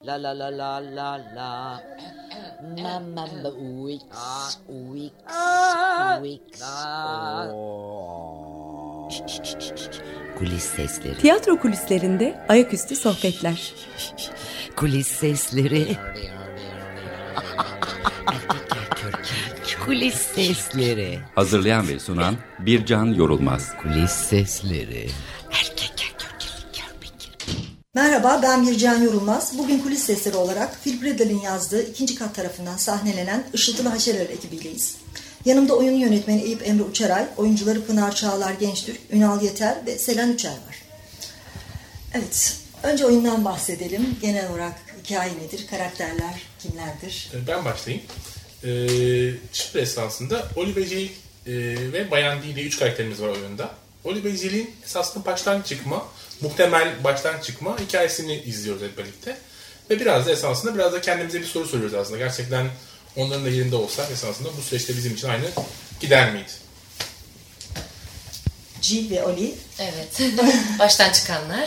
La la la la la la. Mama Wix. Wix. Wix. Kulis sesleri. Tiyatro kulislerinde ayaküstü sohbetler. Kulis sesleri. Kulis sesleri. Hazırlayan ve sunan Bircan Yorulmaz. Kulis sesleri. Merhaba, ben Bircan Yorulmaz. Bugün kulis sesleri olarak Phil Bridl'in yazdığı ikinci kat tarafından sahnelenen Işıltılı Haşereler ekibiyleyiz. Yanımda oyunun yönetmeni Eyüp Emre Uçaray, oyuncuları Pınar Çağlar Gençtürk, Ünal Yeter ve Selen Üçer var. Evet, önce oyundan bahsedelim. Genel olarak hikaye nedir, karakterler kimlerdir? Ben başlayayım. Çıpır esasında Oliver Gill ve Bayan D diye 3 karakterimiz var oyunda. Oliver Gill'in esasında baştan çıkma, muhtemel baştan çıkma hikayesini izliyoruz hep birlikte. Ve biraz da kendimize bir soru soruyoruz aslında. Gerçekten onların da yerinde olsak esasında bu süreçte bizim için aynı gider miydi? Jill ve Oli. Evet. Baştan çıkanlar.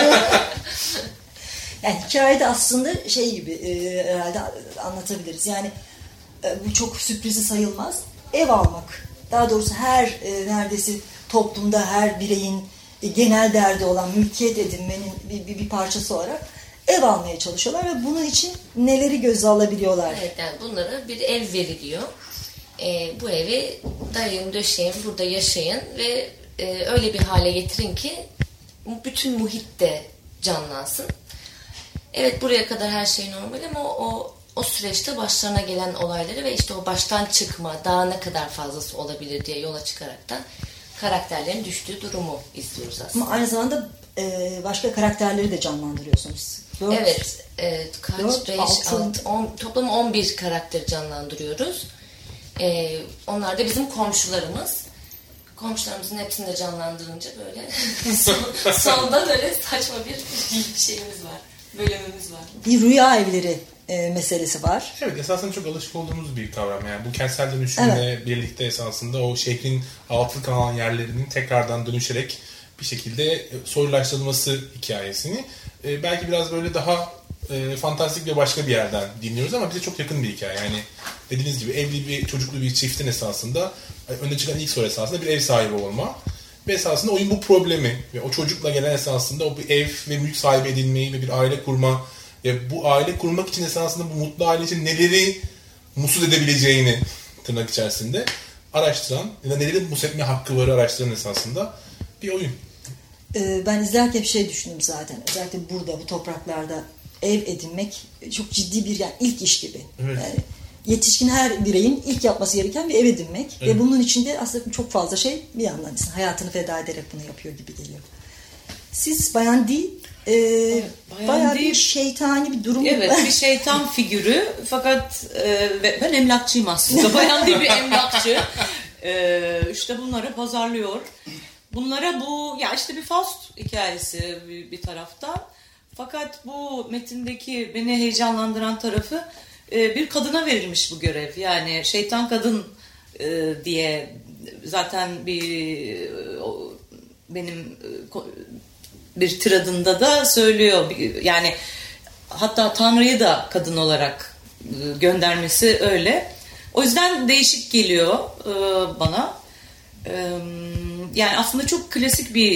Yani hikayede aslında şey gibi herhalde anlatabiliriz. Yani bu çok sürprizi sayılmaz. Ev almak. Daha doğrusu her neredeyse toplumda her bireyin genel derdi olan mülkiyet edinmenin bir parçası olarak ev almaya çalışıyorlar ve bunun için neleri göze alabiliyorlar? Evet, yani bunlara bir ev veriliyor. Bu evi dayayın, döşeyin, burada yaşayın ve öyle bir hale getirin ki bütün muhit de canlansın. Evet, buraya kadar her şey normal ama o süreçte başlarına gelen olayları ve işte o baştan çıkma, daha ne kadar fazlası olabilir diye yola çıkaraktan karakterlerin düştüğü durumu izliyoruz aslında. Ama aynı zamanda başka karakterleri de canlandırıyorsunuz. 4, evet, kaç? 4, 5, 6, 6, 10, toplam 11 karakter canlandırıyoruz. Onlar da bizim komşularımız. Komşularımızın hepsini de canlandırınca böyle sonda böyle saçma bir şeyimiz var. Bölümümüz var. Bir rüya evleri meselesi var. Evet, esasında çok alışık olduğumuz bir kavram. Yani bu kentsel dönüşümle birlikte esasında o şehrin altı kalan yerlerinin tekrardan dönüşerek bir şekilde soylulaştırılması hikayesini belki biraz böyle daha fantastik ve başka bir yerden dinliyoruz ama bize çok yakın bir hikaye. Yani dediğiniz gibi evli bir çocuklu bir çiftin esasında önde çıkan ilk soru esasında bir ev sahibi olma. Ve esasında oyun bu problemi ve o çocukla gelen esasında o bir ev ve mülk sahibi edilmeyi ve bir aile kurma ve bu aile kurmak için esasında bu mutlu aile için neleri mutsuz edebileceğini tırnak içerisinde araştıran ya da neleri mutsuz etme hakkı varı araştıran esasında bir oyun. Ben izlerken bir şey düşündüm zaten. Özellikle burada bu topraklarda ev edinmek çok ciddi bir yani ilk iş gibi. Evet. Yani yetişkin her bireyin ilk yapması gereken bir ev edinmek. Evet. Ve bunun içinde aslında çok fazla şey bir yandan hayatını feda ederek bunu yapıyor gibi geliyor. Siz Bayan D bayağı bir şeytani bir durum. Evet, bir şeytan figürü fakat ben emlakçıyım aslında. Bayan D bir emlakçı. İşte bunları pazarlıyor. Bunlara bu ya işte bir Faust hikayesi bir tarafta. Fakat bu metindeki beni heyecanlandıran tarafı bir kadına verilmiş bu görev. Yani şeytan kadın diye zaten benim bir tiradında da söylüyor. Yani hatta Tanrı'yı da kadın olarak göndermesi öyle. O yüzden değişik geliyor bana. Yani aslında çok klasik bir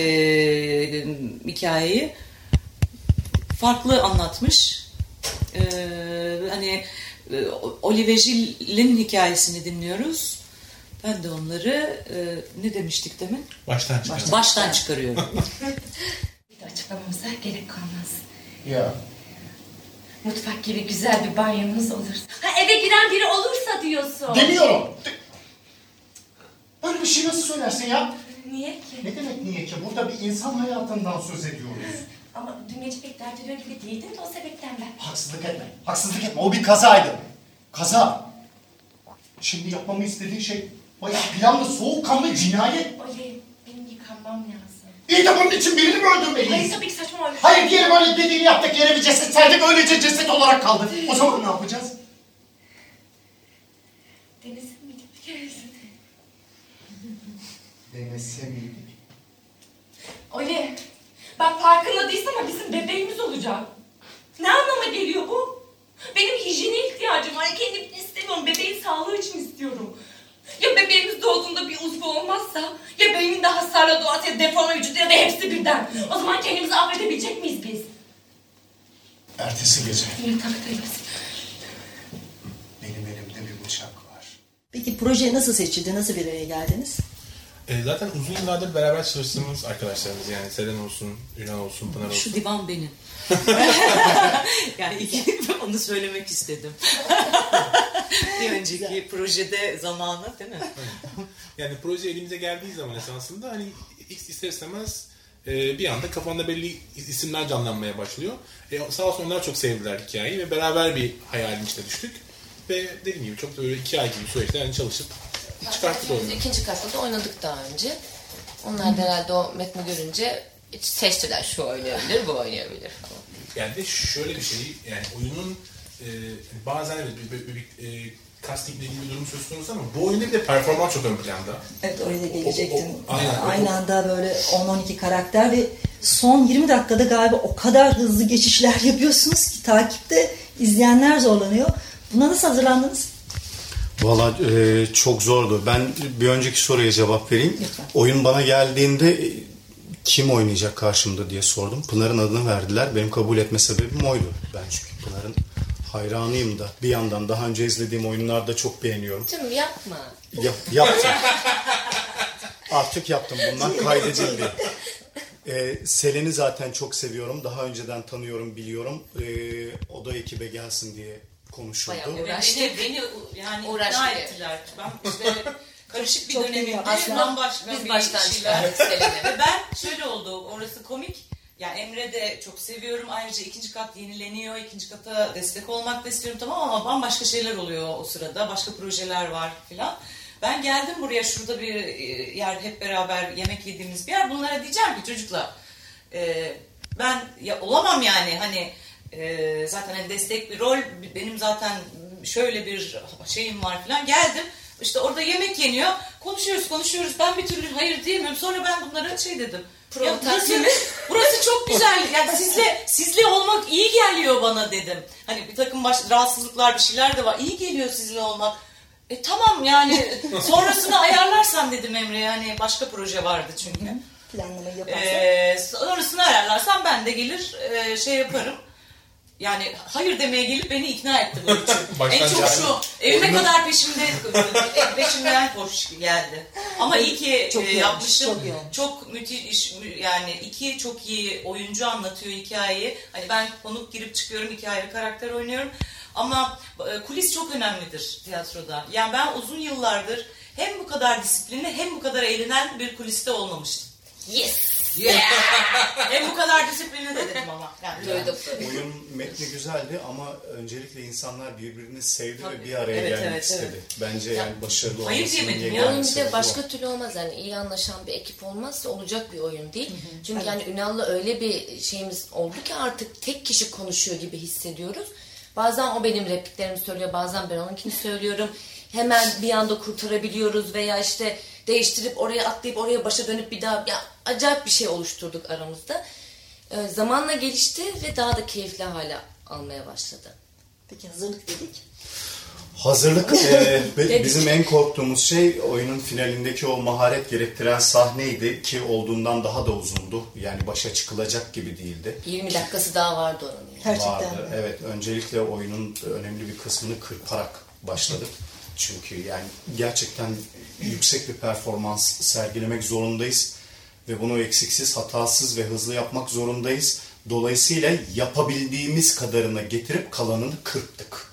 hikayeyi farklı anlatmış. Hani Oliver Gill'in hikayesini dinliyoruz. Ben de onları ne demiştik demin? Baştan çıkarıyorum. Bir de açıklamamıza gerek kalmaz. Ya. Mutfak gibi güzel bir banyomuz olursa. Ha, eve giren biri olursa diyorsun. Demiyorum. Böyle bir şey nasıl söylersin ya? Niye ki? Ne demek niye ki? Burada bir insan hayatından söz ediyoruz. Ama dün gece pek dert ediyor gibi değildin de o sebepten ben. Haksızlık etme. Haksızlık etme. O bir kazaydı. Kaza. Şimdi yapmamı istediğin şey bayağı planlı, soğukkanlı cinayet. Oley, benim yıkanmam lazım. İyi de bunun için birini mi öldürmeliyiz? Hayır, tabii ki saçma olmuş. Hayır diyelim öyle dediğini yaptık, yere bir ceset serdik, öylece ceset olarak kaldı. O zaman ne yapacağız? Deniz'in miydi bir keresinde? Denese miydi? Oley, bak farkında değilsin ama bizim bebeğimiz olacak. Ne anlama olmazsa ya beyninde hasarla doğası ya deforme vücudu ya da hepsi birden. O zaman kendimizi affedebilecek miyiz biz? Ertesi gece Yataktayız. benim elimde bir bıçak var. Peki proje nasıl seçildi? Nasıl bir araya geldiniz? Zaten uzun yıllardır beraber çalıştığımız arkadaşlarımız, yani Selen olsun, Ünal olsun, Pınar olsun. Şu divan benim. Yani onu söylemek istedim. Bir önceki projede zamanı değil mi? Yani proje elimize geldiği zaman esasında hani ister istemez bir anda kafanda belli isimler canlanmaya başlıyor. Sağ olsun onlar çok sevdiler hikayeyi ve beraber bir hayalin içine düştük. Ve dediğim gibi çok da öyle 2 ay gibi süreçte yani çalışıp çıkarttık oyunu. İkinci katta da oynadık daha önce. Onlar da herhalde o metni görünce seçtiler, şu oynayabilir, bu oynayabilir falan. Yani de şöyle bir şey, yani oyunun bazen evet bir castingle ilgili bir durum söz konusu ama bu oyunda bir de performans çok ön planda. Evet, oraya da gelecektim. Aynen. Aynı anda böyle 10-12 karakter ve son 20 dakikada galiba o kadar hızlı geçişler yapıyorsunuz ki takipte izleyenler zorlanıyor. Buna nasıl hazırlandınız? Valla çok zordu. Ben bir önceki soruya cevap vereyim. Lütfen. Oyun bana geldiğinde kim oynayacak karşımda diye sordum. Pınar'ın adını verdiler. Benim kabul etme sebebim oydu. Ben çünkü Pınar'ın hayranıyım da. Bir yandan daha önce izlediğim oyunlarda çok beğeniyorum. Canım yapma. Yaptım. Artık yaptım. Bundan kaydedildi. Selen'i zaten çok seviyorum. Daha önceden tanıyorum, biliyorum. O da ekibe gelsin diye konuşuldu. Bayağı uğraştık. Beni yani Uğraştık. ikna ettiler. Ben işte karışık bir Çok dönemimde iyi aslında. bambaşka Biz bir baştan şeyler. çıkardık Selen'i. Ve ben şöyle oldu, orası komik. Yani Emre de çok seviyorum. Ayrıca 2. kat yenileniyor. 2. kata destek olmak da istiyorum, tamam, ama bambaşka şeyler oluyor o sırada. Başka projeler var filan. Ben geldim buraya, şurada bir yer, hep beraber yemek yediğimiz bir yer. Bunlara diyeceğim ki çocuklar, ben ya olamam yani, hani zaten hani destek bir rol, benim zaten şöyle bir şeyim var filan. Geldim, işte orada yemek yeniyor, konuşuyoruz, ben bir türlü hayır diyemiyorum. Sonra ben bunlara şey dedim, ya burası çok güzel, yani sizle olmak iyi geliyor bana dedim. Hani bir takım rahatsızlıklar, bir şeyler de var, iyi geliyor sizle olmak. Tamam yani sonrasını ayarlarsan dedim Emre, yani başka proje vardı çünkü. Planlamayı yaparsan. Sonrasını ayarlarsam ben de gelir şey yaparım. Yani hayır demeye gelip beni ikna etti bu için. En çok şu, evime kadar peşimden koş geldi. Ama iyi ki yapmışım. Çok müthiş iş, yani 2 çok iyi oyuncu anlatıyor hikayeyi. Hani ben konuk girip çıkıyorum, 2 ayrı karakter oynuyorum. Ama kulis çok önemlidir tiyatroda. Yani ben uzun yıllardır hem bu kadar disiplinli hem bu kadar eğlenen bir kuliste olmamıştım. Yes! Yeah. Hem bu kadar disiplinli de dedim ama. Yani oyun metni güzeldi ama öncelikle insanlar birbirini sevdi ve bir araya Evet, gelmek evet, istedi. evet. Bence yani başarılı hayır olmasının diyemedim yegane ya. Oyun bir sebebi de başka o. türlü olmaz, yani iyi anlaşan bir ekip olmazsa olacak bir oyun değil. Çünkü yani Ünal'la öyle bir şeyimiz oldu ki artık tek kişi konuşuyor gibi hissediyoruz. Bazen o benim repliklerimi söylüyor, bazen ben onunkini söylüyorum. Hemen bir anda kurtarabiliyoruz veya işte değiştirip oraya atlayıp oraya başa dönüp bir daha, ya acayip bir şey oluşturduk aramızda. Zamanla gelişti ve daha da keyifli hale almaya başladı. Peki hazırlık dedik. Hazırlık bizim en korktuğumuz şey oyunun finalindeki o maharet gerektiren sahneydi ki olduğundan daha da uzundu. Yani başa çıkılacak gibi değildi. 20 dakikası daha vardı onun. Gerçekten. Vardı. Evet, öncelikle oyunun önemli bir kısmını kırparak başladık. Çünkü yani gerçekten yüksek bir performans sergilemek zorundayız. Ve bunu eksiksiz, hatasız ve hızlı yapmak zorundayız. Dolayısıyla yapabildiğimiz kadarını getirip kalanını kırptık.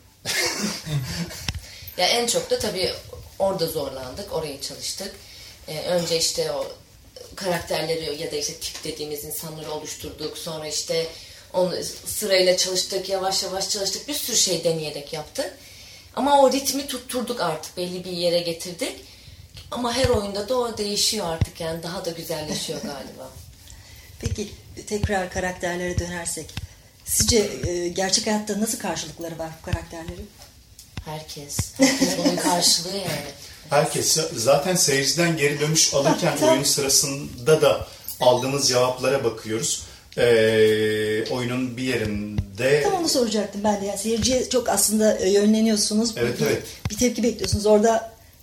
Ya en çok da tabii orada zorlandık, orayı çalıştık. Önce işte o karakterleri ya da işte tip dediğimiz insanları oluşturduk. Sonra işte onu sırayla çalıştık, yavaş yavaş çalıştık. Bir sürü şey deneyerek yaptık. Ama o ritmi tutturduk artık, belli bir yere getirdik. Ama her oyunda da o değişiyor artık, yani daha da güzelleşiyor galiba. Peki tekrar karakterlere dönersek, sizce gerçek hayatta nasıl karşılıkları var bu karakterlerin? Herkes bunun karşılığı yani. Herkes zaten seyirciden geri dönüş alırken oyun sırasında da aldığımız cevaplara bakıyoruz. Oyunun bir yerinde... Tam onu soracaktım ben de. Yani seyirciye çok aslında yönleniyorsunuz. Evet. Bir tepki bekliyorsunuz. Orada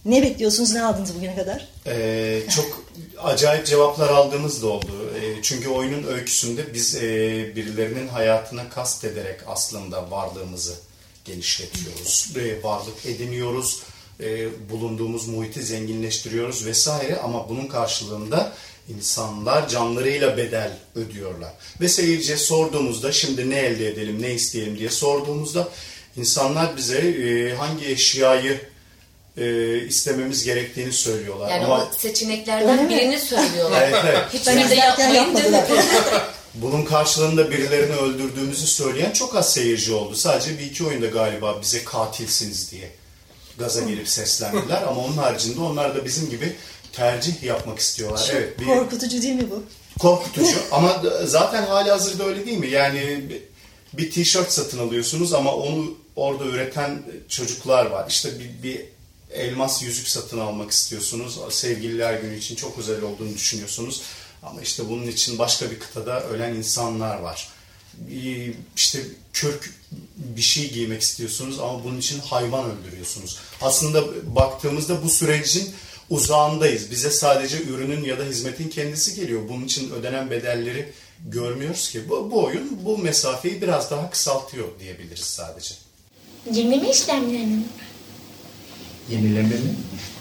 Ne bekliyorsunuz, ne aldınız bugüne kadar? Çok acayip cevaplar aldığımız da oldu. Çünkü oyunun öyküsünde biz birilerinin hayatına kast ederek aslında varlığımızı genişletiyoruz. Varlık ediniyoruz, bulunduğumuz muhiti zenginleştiriyoruz vesaire, ama bunun karşılığında insanlar canlarıyla bedel ödüyorlar. Ve seyirciye sorduğumuzda şimdi ne elde edelim, ne isteyelim diye sorduğumuzda insanlar bize hangi eşyayı istememiz gerektiğini söylüyorlar. Yani ama o seçeneklerden birini söylüyorlar. Evet. Hiçbirini de yapmayın yapmadılar. Bunun karşılığında birilerini öldürdüğümüzü söyleyen çok az seyirci oldu. Sadece bir iki oyunda galiba bize katilsiniz diye gaza gelip seslendiler. Ama onun haricinde onlar da bizim gibi tercih yapmak istiyorlar. Çok evet, korkutucu değil mi bu? Korkutucu ama zaten halihazırda öyle değil mi? Yani bir tişört satın alıyorsunuz ama onu orada üreten çocuklar var. İşte bir elmas yüzük satın almak istiyorsunuz. Sevgililer günü için çok özel olduğunu düşünüyorsunuz. Ama işte bunun için başka bir kıtada ölen insanlar var. İşte kürk bir şey giymek istiyorsunuz ama bunun için hayvan öldürüyorsunuz. Aslında baktığımızda bu sürecin uzağındayız. Bize sadece ürünün ya da hizmetin kendisi geliyor. Bunun için ödenen bedelleri görmüyoruz ki. Bu oyun bu mesafeyi biraz daha kısaltıyor diyebiliriz sadece. Yenileme işlemlerinin. Yenileme mi?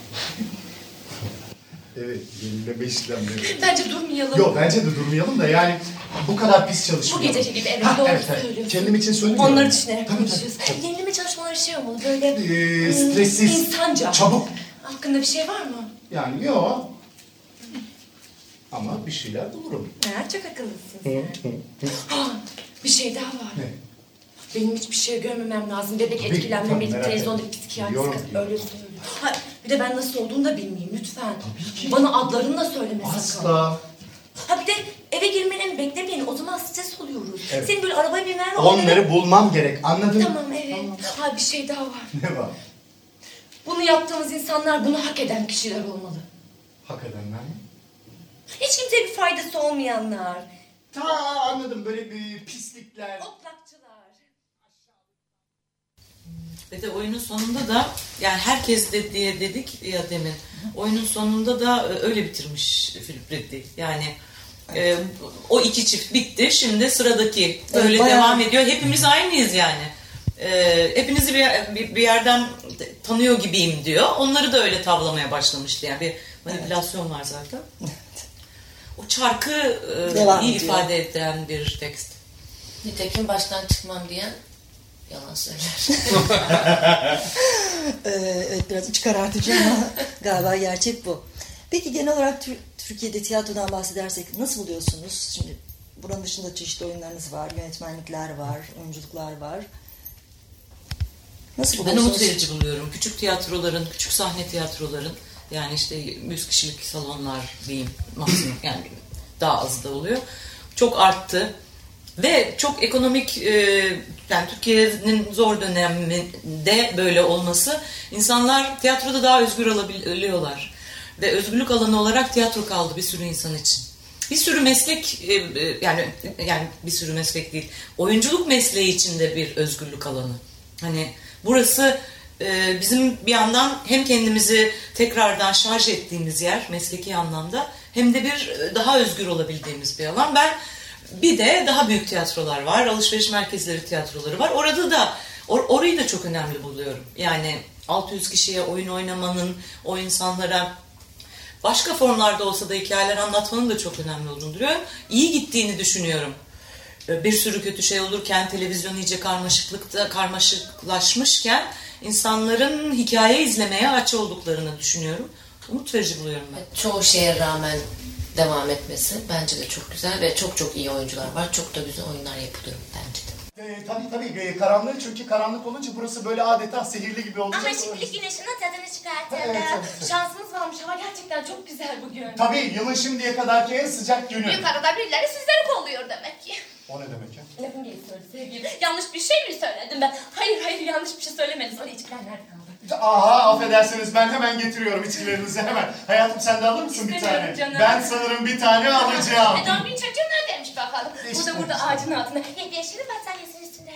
Evet, yenileme işlemleri. Bence durmayalım. Yok, bence de durmayalım da yani bu kadar pis çalışmıyor. Bu geceki gibi evet, doğru söylüyorsun. Kendim için söylemiyorum. Onları düşünerek konuşuyoruz. Yenileme çalışmaları şey olmalı böyle... stressiz, insanca. çabuk. Hakkında bir şey var mı? Yani yok. Ama bir şeyler bulurum. Ha, çok akıllısın sen. Bir şey daha var. Ne? Benim hiçbir şey görmemem lazım. Bebek Tabii, etkilenmemeli. tabii, Televizyonda merak bir etme. psikiyatrist kız Biliyorum. öyle söylüyor. Ha, bir de ben nasıl olduğunu da bilmeyeyim lütfen. Bana adlarını da söyleme sakın. Asla. Ha bir de eve girmeni beklemeyin. O zaman stres oluyoruz. Evet. Senin böyle arabaya binmen... Onları bulmam gerek, anladın? Tamam evet. Ha bir şey daha var. Ne var? Bunu yaptığımız insanlar bunu hak eden kişiler olmalı. Hak edenler mi? Hiç kimseye bir faydası olmayanlar. Anladım, böyle bir pislikler. Otlakçılar. Ve de oyunun sonunda da yani herkes de diye dedik ya demin. Oyunun sonunda da öyle bitirmiş Philip Ridley. Yani o iki çift bitti. Şimdi sıradaki böyle devam ediyor. Hepimiz aynıyız yani. Hepinizi bir yerden tanıyor gibiyim diyor. Onları da öyle tavlamaya başlamıştı. Yani bir manipülasyon var zaten. O çarkı iyi ifade eden bir tekst. Nitekim baştan çıkmam diyen yalan söyler. Evet, biraz iç karartıcı ama galiba gerçek bu. Peki genel olarak Türkiye'de tiyatrodan bahsedersek nasıl buluyorsunuz? Şimdi buranın dışında çeşitli oyunlarınız var, yönetmenlikler var, oyunculuklar var. Nasıl Ben umut verici buluyorum. Küçük tiyatroların, küçük sahne tiyatroların, yani işte 100 kişilik salonlar diyeyim maksimum, yani daha az da oluyor. Çok arttı ve çok ekonomik, yani Türkiye'nin zor döneminde böyle olması, insanlar tiyatroda daha özgür olabiliyorlar. Ve özgürlük alanı olarak tiyatro kaldı bir sürü insan için. Bir sürü meslek, yani bir sürü meslek değil, oyunculuk mesleği için de bir özgürlük alanı. Hani burası bizim bir yandan hem kendimizi tekrardan şarj ettiğimiz yer mesleki anlamda, hem de bir daha özgür olabildiğimiz bir alan. Ben bir de daha büyük tiyatrolar var, alışveriş merkezleri tiyatroları var. Orada da orayı da çok önemli buluyorum. Yani 600 kişiye oyun oynamanın, o insanlara başka formlarda olsa da hikayeler anlatmanın da çok önemli olduğunu düşünüyorum. İyi gittiğini düşünüyorum. Bir sürü kötü şey olurken, televizyon iyice karmaşıklaşmışken insanların hikaye izlemeye aç olduklarını düşünüyorum. Umut verici buluyorum ben. Çoğu şeye rağmen devam etmesi bence de çok güzel ve çok çok iyi oyuncular var. Çok da güzel oyunlar yapılıyor bence de. Tabii karanlık, çünkü karanlık olunca burası böyle adeta sihirli gibi olacak. Ama şimdilik güneşin tadını çıkartalım. Evet. Şansımız varmış, hava gerçekten çok güzel bugün. Tabii, yılın şimdiye kadarki en sıcak günü. Yukarıda birileri sizleri kolluyor demek ki. O ne demek ya? Lafın gelip söyledi sevgilim. Yanlış bir şey mi söyledim ben? Hayır yanlış bir şey söylemediniz. Öyle içkiler nerede kaldı? Aha, affedersiniz, ben hemen getiriyorum içkilerinizi hemen. Hayatım, sen de alır mısın bir tane? Canım. Ben sanırım bir tane alacağım. Doğum günü çocuğum neredeymiş bakalım? Burada ağacın altında. Yeşilin battaniyesinin üstünde.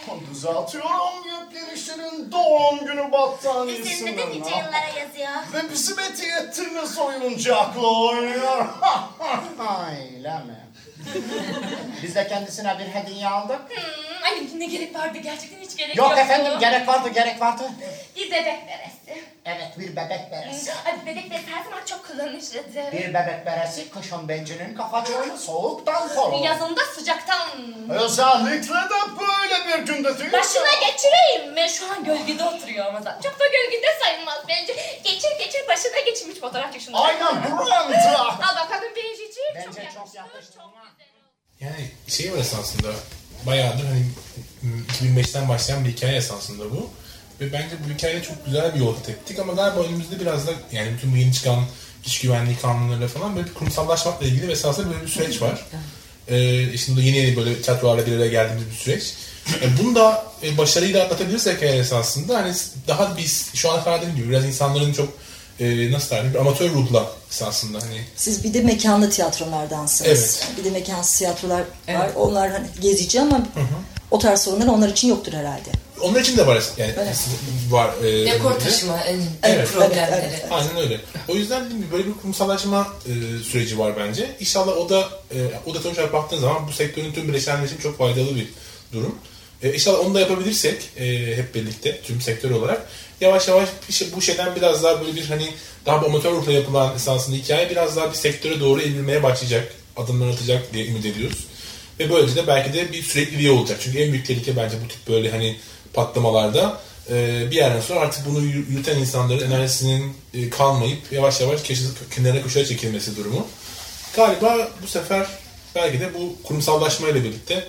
imzalıyorum yepyeni doğum günü battaniyesini. Üzerinde de nice yıllara yazıyor. Ve bizim etiyetimiz oyuncakla oynuyor. Öyle mi? Biz de kendisine bir hediye aldık. Ay ne gerek vardı gerçekten hiç gerek Yok yoktu. efendim, gerek vardı. Bir bebek beresi. Evet, bir bebek beresi. Ay bebek beresi her zaman çok kullanışlıdır. Bir bebek beresi kışın bencinin kafacığını soğuktan korur. Yazında sıcaktan. Özellikle de böyle bir günde değil mi? Başına geçireyim mi? Şu an gölgede oturuyor ama da. Çok da gölgede sayılmaz bence. Geçir başına geçirmiş fotoğraf şunu. Aynen Brenda. Al bakalım Beycici. Bence çok yakıştı. Yani şey var esasında, bayağıdır hani 2005'ten başlayan bir hikaye esasında bu. Ve bence bu hikayeyle çok güzel bir yol kat ettik ama galiba önümüzde biraz da yani bütün bu yeni çıkan iş güvenliği kanunlarıyla falan böyle bir kurumsallaşmakla ilgili ve esasında böyle bir süreç var. Şimdi yeni böyle tiyatrolarla bir araya geldiğimiz bir süreç. Bunu da başarıyla atlatabilirsek eğer esasında hani daha biz şu ana kadar dediğim gibi biraz insanların çok nasıl tarif bir amatör ruhla esasında hani. Siz bir de mekanlı tiyatrolardansınız. Evet. Bir de mekansız tiyatrolar var. Onlar hani gezici ama o tarz sorunlar onlar için yoktur herhalde. Onlar için de var yani var. Dekor taşıma evet, problemleri. Evet. Aynen öyle. O yüzden değil mi, böyle bir kurumsallaşma süreci var bence. İnşallah o da sonuç olarak baktığın zaman bu sektörün tüm bileşenleri için çok faydalı bir durum. İnşallah onu da yapabilirsek hep birlikte tüm sektör olarak yavaş yavaş bu şeyden biraz daha böyle bir hani daha bir amatör ruhla yapılan esasında hikaye biraz daha bir sektöre doğru evrilmeye başlayacak, adımlar atacak diye ümit ediyoruz. Ve böylece de belki de bir sürekliliği olacak. Çünkü en büyük tehlike bence bu tip böyle hani patlamalarda bir yerden sonra artık bunu yürüten insanların enerjisinin kalmayıp yavaş yavaş kenara köşeye çekilmesi durumu. Galiba bu sefer belki de bu kurumsallaşmayla birlikte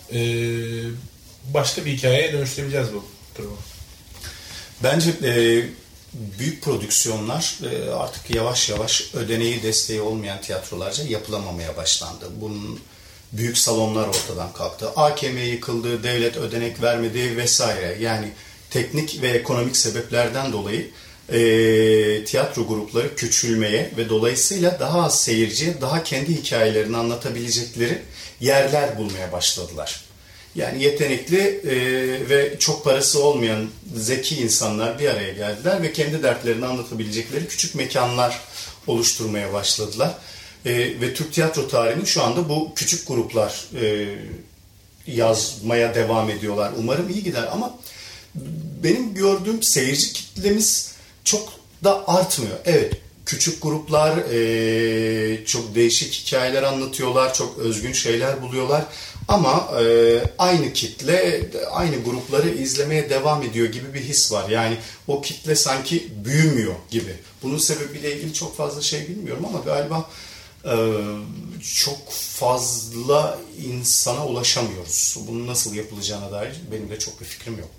başka bir hikayeye dönüştürebileceğiz bu durumu. Bence büyük prodüksiyonlar artık yavaş yavaş ödeneği desteği olmayan tiyatrolarca yapılamamaya başlandı. Bunun büyük salonlar ortadan kalktı. AKM yıkıldı, devlet ödenek vermedi vesaire. Yani teknik ve ekonomik sebeplerden dolayı tiyatro grupları küçülmeye ve dolayısıyla daha az seyirciye daha kendi hikayelerini anlatabilecekleri yerler bulmaya başladılar. Yani yetenekli ve çok parası olmayan zeki insanlar bir araya geldiler ve kendi dertlerini anlatabilecekleri küçük mekanlar oluşturmaya başladılar. Ve Türk tiyatro tarihinin şu anda bu küçük gruplar yazmaya devam ediyorlar. Umarım iyi gider ama benim gördüğüm seyirci kitlemiz çok da artmıyor. Evet, küçük gruplar çok değişik hikayeler anlatıyorlar, çok özgün şeyler buluyorlar. Ama aynı kitle, aynı grupları izlemeye devam ediyor gibi bir his var. Yani o kitle sanki büyümüyor gibi. Bunun sebebiyle ilgili çok fazla şey bilmiyorum ama galiba çok fazla insana ulaşamıyoruz. Bunun nasıl yapılacağına dair benim de çok bir fikrim yok.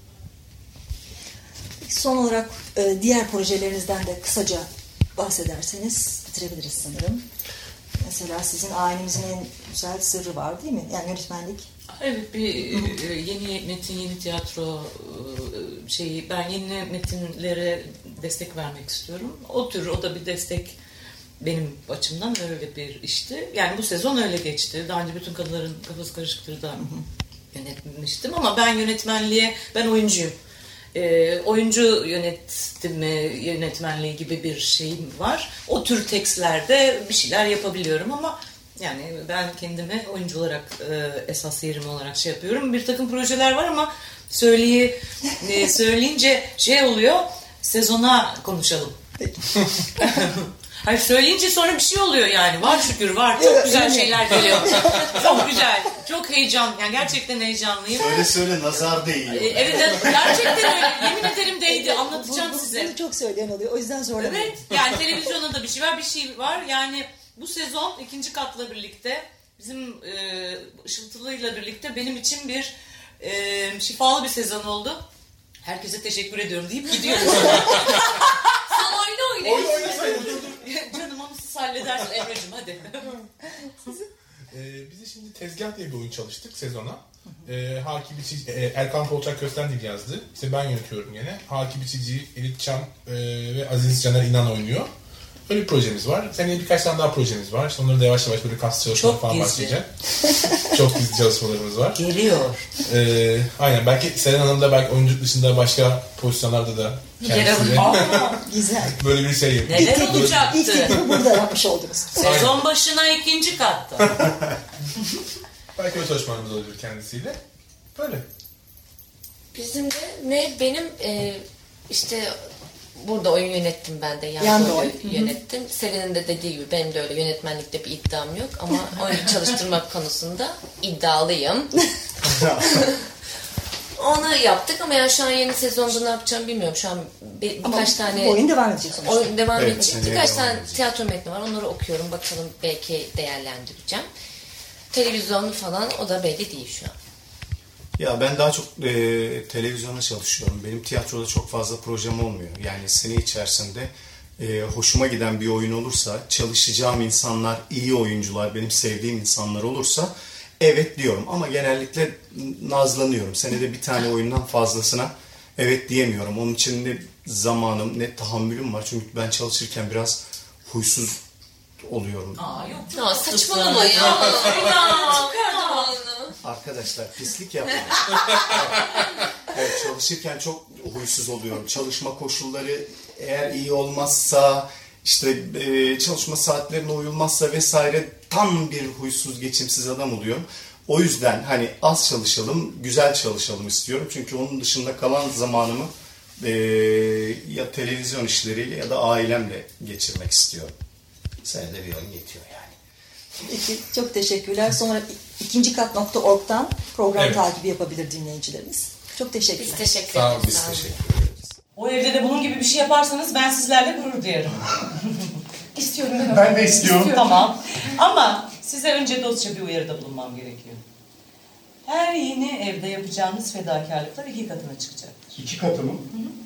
Son olarak diğer projelerinizden de kısaca bahsederseniz bitirebiliriz sanırım. Mesela sizin ailemizin en güzel sırrı var değil mi? Yani yönetmenlik. Evet, bir yeni metin, yeni tiyatro şeyi. Ben yeni metinlere destek vermek istiyorum. O da bir destek benim açımdan öyle bir işti. Yani bu sezon öyle geçti. Daha önce bütün kadınların kafası karışıktır da yönetmiştim ama ben oyuncuyum. Oyuncu yönetmenliği gibi bir şeyim var. O tür tekstlerde bir şeyler yapabiliyorum ama yani ben kendimi oyuncu olarak esas yerim olarak şey yapıyorum. Bir takım projeler var ama söyleyince şey oluyor, sezona konuşalım. Hayır, söyleyince sonra bir şey oluyor yani. Var şükür var. Çok güzel şeyler geliyor. Çok güzel. Çok heyecan. Yani gerçekten heyecanlıyım. Söyle nazar değiyor. Evet, gerçekten öyle. Yemin ederim değdi. Anlatacağım size. Bunu çok söyleyen oluyor. O yüzden sonra. Evet. Yani televizyonda da bir şey var. Yani bu sezon 2. katla birlikte bizim Işıltılı'yla birlikte benim için bir şifalı bir sezon oldu. Herkese teşekkür ediyorum deyip gidiyoruz. Sen oyna. Oynasaydın. Canım onu siz halledersiniz Emre'cim hadi. Biz de şimdi Tezgah diye bir oyun çalıştık sezona. Haki Biçici, Erkan Kolçak Köstendil yazdı. İşte ben yönetiyorum yine. Haki Biçici, Elit Çam ve Aziz Caner İnan oynuyor. Öyle bir projemiz var. Seneye birkaç tane daha projemiz var. İşte onları da yavaş yavaş böyle kas çalışmaları Çok falan gizli. başlayacak. Çok gizli çalışmalarımız var. Geliyor. Aynen. Belki Seren Hanım da belki oyunculuk dışında başka pozisyonlarda da kendisiyle Güzel. böyle bir şey yapıyor. Neler İlk olacaktı? teklimi burada yapmış oldunuz. Sezon başına 2. katta. Belki öyle çalışmalarımız olabilir kendisiyle. Böyle. Bizim de benim işte burada oyun yönettim ben de. Yan rol. Yönettim. Selin'in de dediği gibi benim de öyle yönetmenlikte bir iddiam yok. Ama oyuncu çalıştırmak konusunda iddialıyım. Onu yaptık ama yani şu an yeni sezonda ne yapacağım bilmiyorum. Şu an birkaç tane oyun devam edecek sonuçta. oyun devam Evet, edecek. seneye Birkaç devam tane edecek. tiyatro metni var. Onları okuyorum. Bakalım belki değerlendireceğim. Televizyonlu falan o da belli değil şu an. Ya ben daha çok televizyona çalışıyorum. Benim tiyatroda çok fazla projem olmuyor. Yani sene içerisinde hoşuma giden bir oyun olursa, çalışacağım insanlar, iyi oyuncular, benim sevdiğim insanlar olursa evet diyorum. Ama genellikle nazlanıyorum. Senede bir tane oyundan fazlasına evet diyemiyorum. Onun için ne zamanım ne tahammülüm var. Çünkü ben çalışırken biraz huysuz oluyorum. Yok. Ya saçmalama ya. Arkadaşlar pislik yapmayın. Evet, çalışırken çok huysuz oluyorum. Çalışma koşulları eğer iyi olmazsa, işte çalışma saatlerine uyulmazsa vesaire tam bir huysuz, geçimsiz adam oluyorum. O yüzden hani az çalışalım, güzel çalışalım istiyorum. Çünkü onun dışında kalan zamanımı ya televizyon işleriyle ya da ailemle geçirmek istiyorum. Senede bir oyun yetiyor yani. Peki, çok teşekkürler. Sonra ikincikat.org'dan program Evet. takibi yapabilir dinleyicilerimiz. Çok teşekkürler. Biz teşekkür Sağ olun, ederiz. biz Sağ olun. Teşekkür ederiz. O evde de bunun gibi bir şey yaparsanız ben sizlerle gurur duyarım. İstiyorum ben onu. Ben de istiyorum. Tamam. Ama size önce dostça bir uyarıda bulunmam gerekiyor. Her yeni evde yapacağınız fedakarlıklar 2 katına çıkacaktır. 2 katı mı?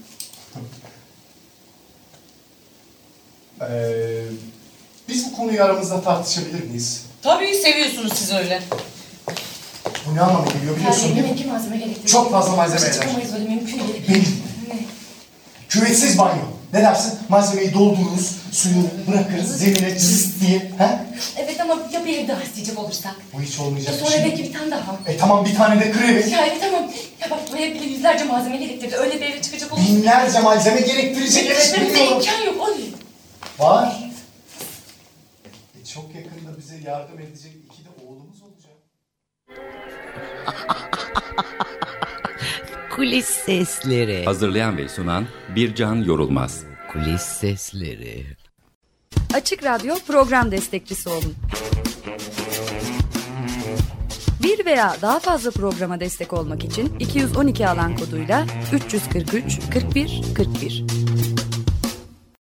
Biz bu konuyu aramızda tartışabilir miyiz? Tabii seviyorsunuz siz öyle. Bu ne anlama geliyor biliyorsun Yani değil mi? yemek malzeme gerektiği. Çok fazla malzeme eder. Çıkamayız öyle mümkün değil. Benim. Ne? Küvetsiz banyo. Ne dersin? Malzemeyi doldururuz, suyu bırakırız, zemine cız diye. He? Evet ama ya bir ev daha isteyecek olursak? Bu hiç olmayacak bir Sonra şey. belki bir tane daha. Tamam bir tane de kır evi. Ya evet tamam. Ya bak buraya bile yüzlerce malzeme gerektirdi. Öyle bir eve çıkacak olursak. Binlerce malzeme gerektirecek. Evet Benim de biliyorum. imkan yok o değil. Var. Çok yakında bize yardım edecek 2 de oğlumuz olacak. Kulis sesleri. Hazırlayan ve sunan Bircan Yorulmaz. Kulis sesleri. Açık Radyo program destekçisi olun. Bir veya daha fazla programa destek olmak için 212 alan koduyla 343 41 41.